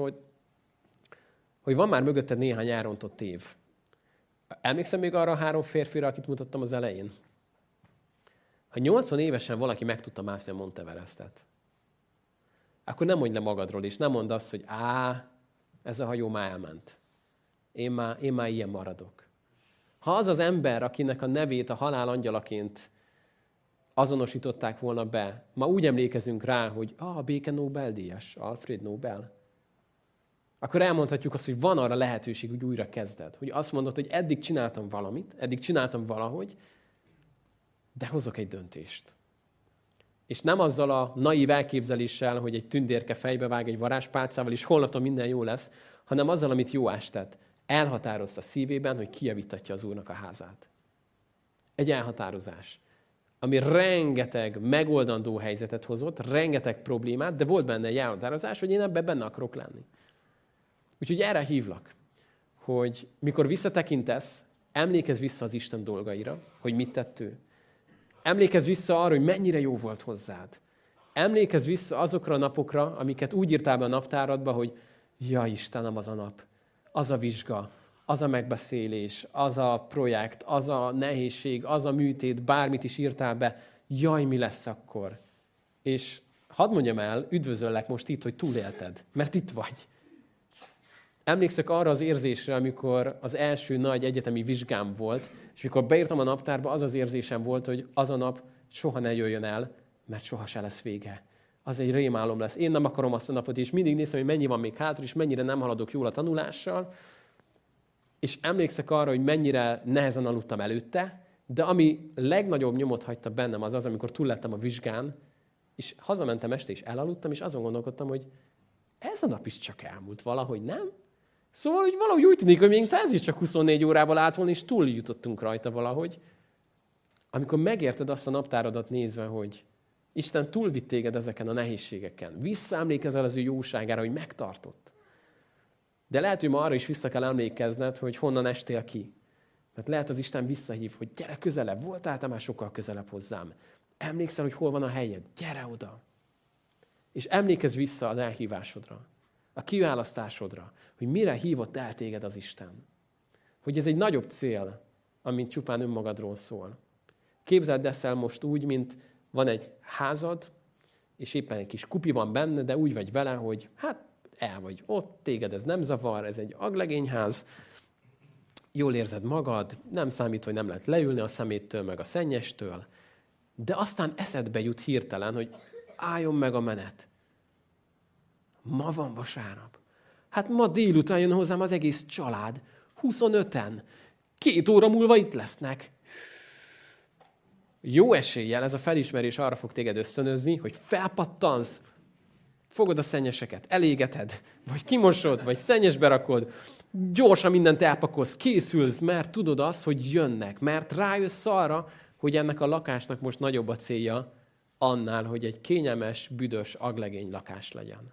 hogy van már mögötted néhány elrontott év. Emlékszem még arra a 3 férfira, akit mutattam az elején? Ha 80 évesen valaki meg tudta mászni a Monteverestet, akkor nem mondj le magadról, és nem mondd azt, hogy ez a hajó már elment. Én már ilyen maradok. Ha az az ember, akinek a nevét a halál angyalaként azonosították volna be, ma úgy emlékezünk rá, hogy a béke Nobel-díjas, Alfred Nobel, akkor elmondhatjuk azt, hogy van arra lehetőség, hogy újra kezded. Hogy azt mondod, hogy eddig csináltam valamit, eddig csináltam valahogy, de hozok egy döntést. És nem azzal a naív elképzeléssel, hogy egy tündérke fejbevág egy varázspálcával, és holnaptól minden jó lesz, hanem azzal, amit Jóás tett. Elhatározta szívében, hogy kijavítatja az Úrnak a házát. Egy elhatározás, ami rengeteg megoldandó helyzetet hozott, rengeteg problémát, de volt benne egy elhatározás, hogy én ebben benne akarok lenni. Úgyhogy erre hívlak, hogy mikor visszatekintesz, emlékezz vissza az Isten dolgaira, hogy mit tett ő. Emlékezz vissza arra, hogy mennyire jó volt hozzád. Emlékezz vissza azokra a napokra, amiket úgy írtál be a naptáradba, hogy ja Istenem, az a nap, az a vizsga, az a megbeszélés, az a projekt, az a nehézség, az a műtét, bármit is írtál be, jaj, mi lesz akkor? És hadd mondjam el, üdvözöllek most itt, hogy túlélted, mert itt vagy. Emlékszek arra az érzésre, amikor az első nagy egyetemi vizsgám volt, és mikor beírtam a naptárba, az az érzésem volt, hogy az a nap soha ne jöjjön el, mert soha se lesz vége. Az egy rémálom lesz. Én nem akarom azt a napot, és mindig nézem, hogy mennyi van még hátra, és mennyire nem haladok jól a tanulással. És emlékszek arra, hogy mennyire nehezen aludtam előtte, de ami legnagyobb nyomot hagyta bennem az, amikor túl lettem a vizsgán, és hazamentem este, és elaludtam, és azon gondolkodtam, hogy ez a nap is csak elmúlt valahogy, nem? Szóval, hogy valahogy úgy tűnik, hogy még ez is csak 24 órával állt volna, és túl jutottunk rajta valahogy. Amikor megérted azt a naptáradat nézve, hogy Isten túlvitt téged ezeken a nehézségeken, visszaemlékezel az ő jóságára, hogy megtartott. De lehet, hogy ma arra is vissza kell emlékezned, hogy honnan estél ki. Mert lehet az Isten visszahív, hogy gyere közelebb, voltál te már sokkal közelebb hozzám. Emlékszel, hogy hol van a helyed, gyere oda. És emlékezz vissza az elhívásodra, a kiválasztásodra, hogy mire hívott el téged az Isten. Hogy ez egy nagyobb cél, amint csupán önmagadról szól. Képzeld ezt el most úgy, mint van egy házad, és éppen egy kis kupi van benne, de úgy vagy vele, hogy hát el vagy ott, téged ez nem zavar, ez egy aglegényház, jól érzed magad, nem számít, hogy nem lehet leülni a szeméttől, meg a szennyestől, de aztán eszedbe jut hirtelen, hogy álljon meg a menet. Ma van vasárnap. Hát ma délután jön hozzám az egész család, 25-en. 2 óra múlva itt lesznek. Jó eséllyel ez a felismerés arra fog téged ösztönözni, hogy felpattansz, fogod a szennyeseket, elégeted, vagy kimosod, vagy szennyesbe rakod, gyorsan mindent elpakolsz, készülsz, mert tudod azt, hogy jönnek, mert rájössz arra, hogy ennek a lakásnak most nagyobb a célja annál, hogy egy kényelmes, büdös aglegény lakás legyen.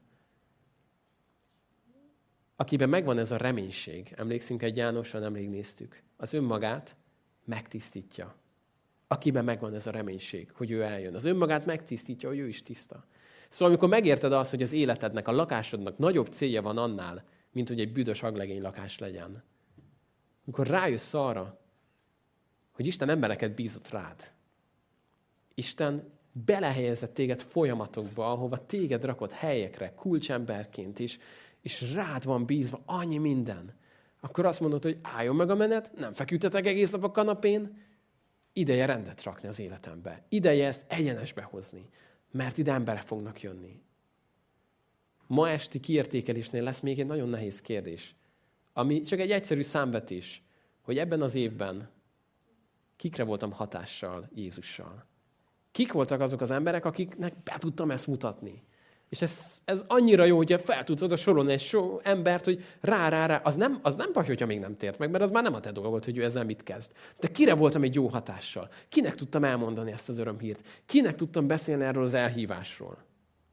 Akiben megvan ez a reménység, emlékszünk egy Jánosra, nemrég néztük, az önmagát megtisztítja. Akiben megvan ez a reménység, hogy ő eljön. Az önmagát megtisztítja, hogy ő is tiszta. Szóval amikor megérted azt, hogy az életednek, a lakásodnak nagyobb célja van annál, mint hogy egy büdös aglegény lakás legyen. Amikor rájössz arra, hogy Isten embereket bízott rád. Isten belehelyezett téged folyamatokba, ahova téged rakott helyekre, kulcsemberként is, és rád van bízva annyi minden. Akkor azt mondod, hogy álljon meg a menet, nem feküdtetek egész nap a kanapén, ideje rendet rakni az életembe. Ideje ezt egyenesbe hozni, mert ide emberek fognak jönni. ma esti kiértékelésnél lesz még egy nagyon nehéz kérdés, ami csak egy egyszerű számvetés, hogy ebben az évben kikre voltam hatással Jézussal. Kik voltak azok az emberek, akiknek be tudtam ezt mutatni. És ez annyira jó, hogy fel tudsz oda sorolni egy embert, hogy rá, az nem baj, hogyha még nem tért meg, mert az már nem a te dolgod, hogy ő ezzel mit kezd. De kire voltam egy jó hatással? Kinek tudtam elmondani ezt az örömhírt? Kinek tudtam beszélni erről az elhívásról?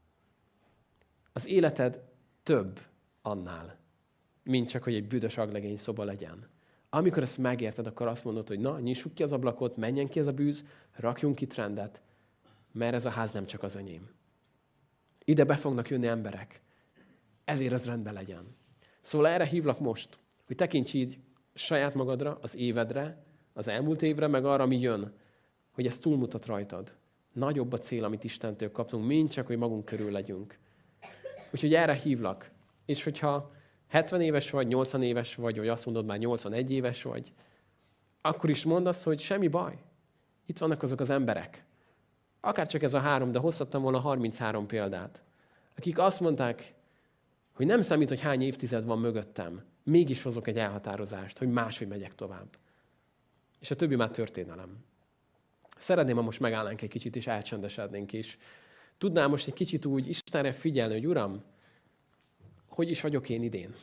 Az életed több annál, mint csak, hogy egy büdös aglegény szoba legyen. Amikor ezt megérted, akkor azt mondod, hogy na, nyissuk ki az ablakot, menjen ki ez a bűz, rakjunk itt rendet, mert ez a ház nem csak az enyém. Ide be fognak jönni emberek. Ezért ez rendben legyen. Szóval erre hívlak most, hogy tekints így saját magadra, az évedre, az elmúlt évre, meg arra, ami jön, hogy ez túlmutat rajtad. Nagyobb a cél, amit Istentől kaptunk, mint csak, hogy magunk körül legyünk. Úgyhogy erre hívlak. És hogyha 70 éves vagy, 80 éves vagy azt mondod, már 81 éves vagy, akkor is mondd azt, hogy semmi baj. Itt vannak azok az emberek. Akár csak ez a 3, de hozhattam volna 33 példát. Akik azt mondták, hogy nem számít, hogy hány évtized van mögöttem, mégis hozok egy elhatározást, hogy máshogy megyek tovább. És a többi már történelem. Szeretném, ha most megállnánk egy kicsit, és elcsöndesednénk is. Tudnál most egy kicsit úgy Istenre figyelni, hogy Uram, hogy is vagyok én idén?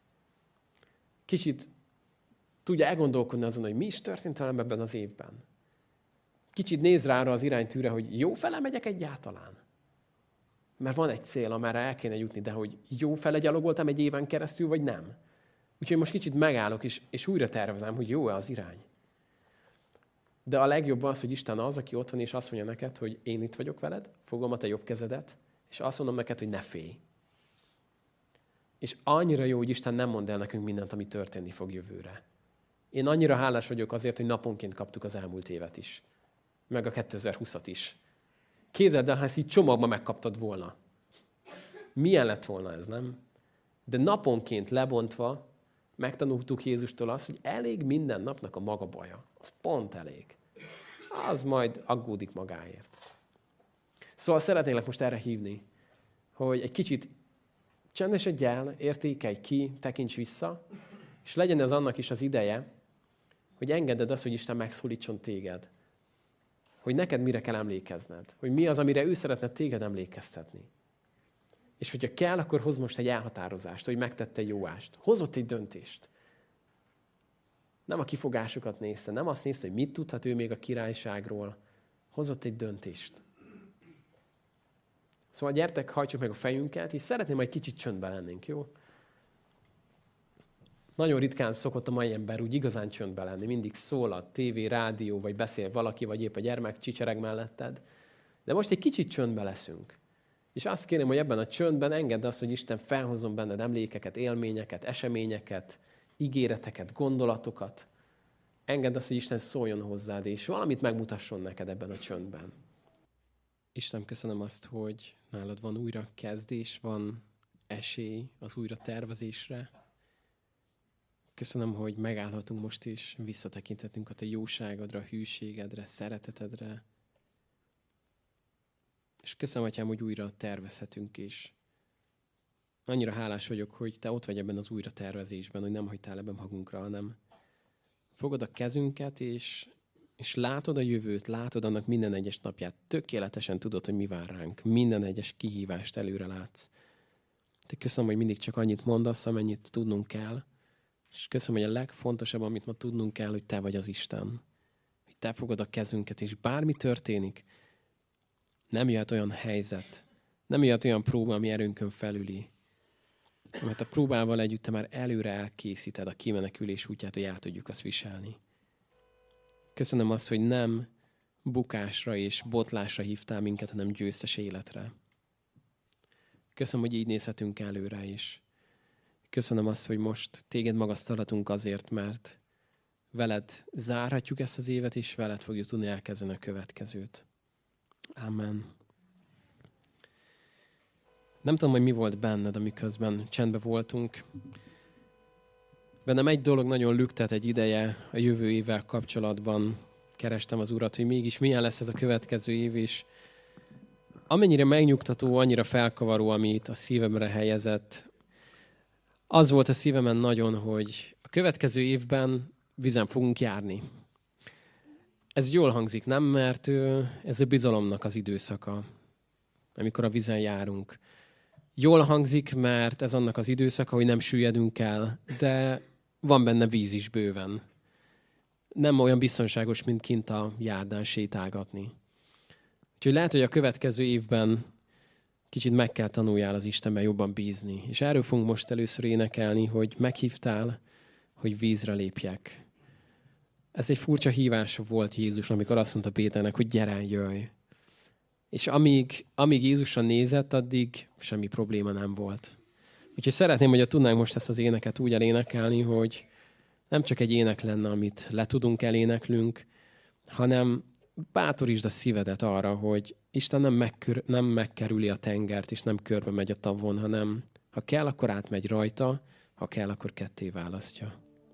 Kicsit tudja elgondolkodni azon, hogy mi is történt velem ebben az évben. Kicsit néz rá arra az iránytűre, hogy jó fele megyek egyáltalán. Mert van egy cél, amerre el kéne jutni, de hogy jó fele gyalogoltam egy éven keresztül, vagy nem. Úgyhogy most kicsit megállok, és újra tervezem, hogy jó-e az irány. De a legjobb az, hogy Isten az, aki ott van, és azt mondja neked, hogy én itt vagyok veled, fogom a te jobb kezedet, és azt mondom neked, hogy ne félj. És annyira jó, hogy Isten nem mond el nekünk mindent, ami történni fog jövőre. Én annyira hálás vagyok azért, hogy naponként kaptuk az elmúlt évet is. Meg a 2020-at is. Képzeld el, ha ezt így csomagban megkaptad volna. Milyen lett volna ez, nem? De naponként lebontva megtanultuk Jézustól azt, hogy elég minden napnak a maga baja. Az pont elég. Az majd aggódik magáért. Szóval szeretnélek most erre hívni, hogy egy kicsit csendesedj el, értékelj ki, tekints vissza, és legyen ez annak is az ideje, hogy engeded azt, hogy Isten megszólítson téged. Hogy neked mire kell emlékezned. Hogy mi az, amire ő szeretne téged emlékeztetni. És hogyha kell, akkor hoz most egy elhatározást, hogy megtette Jóást. Hozott egy döntést. Nem a kifogásokat nézte, nem azt nézte, hogy mit tudhat ő még a királyságról. Hozott egy döntést. Szóval gyertek, hajtsuk meg a fejünket, és szeretném, hogy egy kicsit csöndben lennénk, jó? Nagyon ritkán szokott a mai ember úgy igazán csöndben lenni. Mindig szól a tévé, rádió, vagy beszél valaki, vagy épp a gyermek csicsereg melletted. De most egy kicsit csöndben leszünk. És azt kérem, hogy ebben a csöndben engedd azt, hogy Isten felhozzon benned emlékeket, élményeket, eseményeket, ígéreteket, gondolatokat. Engedd azt, hogy Isten szóljon hozzád, és valamit megmutasson neked ebben a csöndben. Isten, köszönöm azt, hogy nálad van újra kezdés, van esély az újra tervezésre. Köszönöm, hogy megállhatunk most is, visszatekinthetünk a te jóságodra, hűségedre, szeretetedre. És köszönöm, Atyám, hogy újra tervezhetünk is. Annyira hálás vagyok, hogy te ott vagy ebben az újra tervezésben, hogy nem hagytál ebben magunkra, hanem fogod a kezünket, és látod a jövőt, látod annak minden egyes napját. Tökéletesen tudod, hogy mi vár ránk. Minden egyes kihívást előre látsz. Te köszönöm, hogy mindig csak annyit mondasz, amennyit tudnunk kell. És köszönöm, hogy a legfontosabb, amit ma tudnunk kell, hogy te vagy az Isten. Hogy te fogod a kezünket, és bármi történik, nem jöhet olyan helyzet, nem jöhet olyan próba, ami erőnkön felüli. Mert a próbával együtt te már előre elkészíted a kimenekülés útját, hogy el tudjuk azt viselni. Köszönöm azt, hogy nem bukásra és botlásra hívtál minket, hanem győztes életre. Köszönöm, hogy így nézhetünk előre is. Köszönöm azt, hogy most téged magasztalhatunk azért, mert veled zárhatjuk ezt az évet, és veled fogjuk tudni elkezdeni a következőt. Amen. Nem tudom, hogy mi volt benned, amiközben csendben voltunk. Bennem egy dolog nagyon lüktet egy ideje a jövő évvel kapcsolatban. Kerestem az Urat, hogy mégis milyen lesz ez a következő év, és amennyire megnyugtató, annyira felkavaró, amit a szívemre helyezett, az volt a szívemen nagyon, hogy a következő évben vizen fogunk járni. Ez jól hangzik, nem? Mert ez a bizalomnak az időszaka, amikor a vizen járunk. Jól hangzik, mert ez annak az időszaka, hogy nem süllyedünk el, de van benne víz is bőven. Nem olyan biztonságos, mint kint a járdán sétálgatni. Úgyhogy lehet, hogy a következő évben kicsit meg kell tanuljál az Istenben jobban bízni. És erről fogunk most először énekelni, hogy meghívtál, hogy vízre lépjek. Ez egy furcsa hívás volt Jézus, amikor azt mondta Péternek, hogy gyere, jöjj. És amíg Jézusra nézett, addig semmi probléma nem volt. Úgyhogy szeretném, hogy tudnánk most ezt az éneket úgy elénekelni, hogy nem csak egy ének lenne, amit letudunk, eléneklünk, hanem bátorítsd a szívedet arra, hogy Isten nem megkerüli a tengert, és nem körbe megy a tavon, hanem ha kell, akkor átmegy rajta, ha kell, akkor ketté választja.